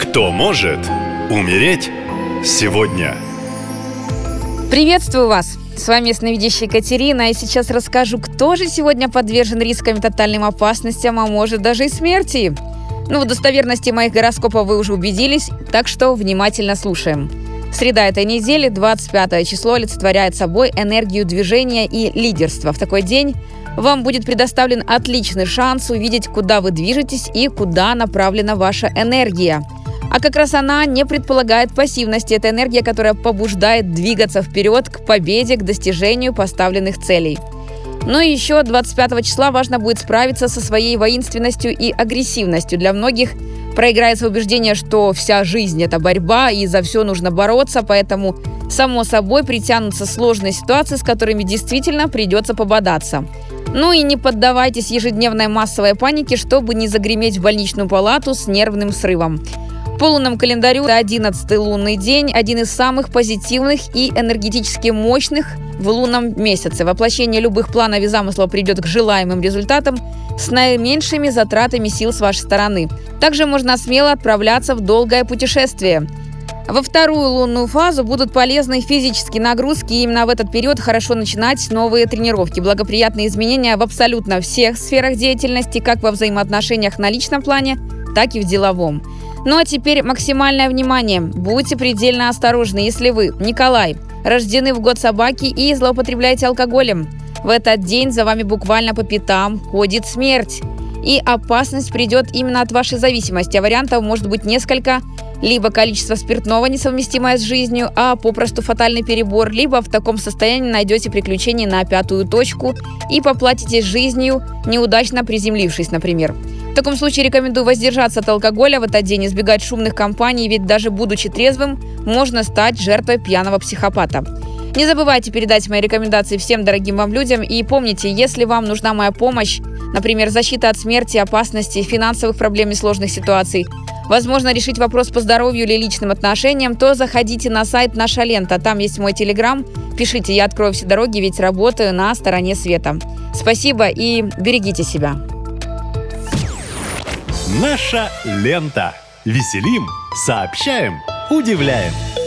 Кто может умереть сегодня? Приветствую вас! С вами ясновидящая Екатерина, и сейчас расскажу, кто же сегодня подвержен рискам и тотальным опасностям, а может даже и смерти. В достоверности моих гороскопов вы уже убедились, так что внимательно слушаем. Среда этой недели, 25 число, олицетворяет собой энергию движения и лидерства. В такой день вам будет предоставлен отличный шанс увидеть, куда вы движетесь и куда направлена ваша энергия. А как раз она не предполагает пассивности. Это энергия, которая побуждает двигаться вперед к победе, к достижению поставленных целей. Но еще 25 числа важно будет справиться со своей воинственностью и агрессивностью. Для многих проиграется убеждение, что вся жизнь – это борьба, и за все нужно бороться, поэтому, само собой, притянутся сложные ситуации, с которыми действительно придется пободаться. И не поддавайтесь ежедневной массовой панике, чтобы не загреметь в больничную палату с нервным срывом. По лунному календарю 11-й лунный день – один из самых позитивных и энергетически мощных в лунном месяце. Воплощение любых планов и замыслов придет к желаемым результатам с наименьшими затратами сил с вашей стороны. Также можно смело отправляться в долгое путешествие. Во вторую лунную фазу будут полезны физические нагрузки, и именно в этот период хорошо начинать новые тренировки. Благоприятные изменения в абсолютно всех сферах деятельности, как во взаимоотношениях на личном плане, так и в деловом. А теперь максимальное внимание. Будьте предельно осторожны, если вы, Николай, рождены в год собаки и злоупотребляете алкоголем. В этот день за вами буквально по пятам ходит смерть. И опасность придет именно от вашей зависимости. А вариантов может быть несколько. Либо количество спиртного, несовместимое с жизнью, а попросту фатальный перебор, либо в таком состоянии найдете приключения на пятую точку и поплатитесь жизнью, неудачно приземлившись, например. В таком случае рекомендую воздержаться от алкоголя в этот день, избегать шумных компаний, ведь даже будучи трезвым, можно стать жертвой пьяного психопата. Не забывайте передать мои рекомендации всем дорогим вам людям, и помните, если вам нужна моя помощь, например, защита от смерти, опасности, финансовых проблем и сложных ситуаций, возможно, решить вопрос по здоровью или личным отношениям, то заходите на сайт «Наша лента». Там есть мой телеграм. Пишите, я открою все дороги, ведь работаю на стороне света. Спасибо и берегите себя. Наша лента. Веселим, сообщаем, удивляем.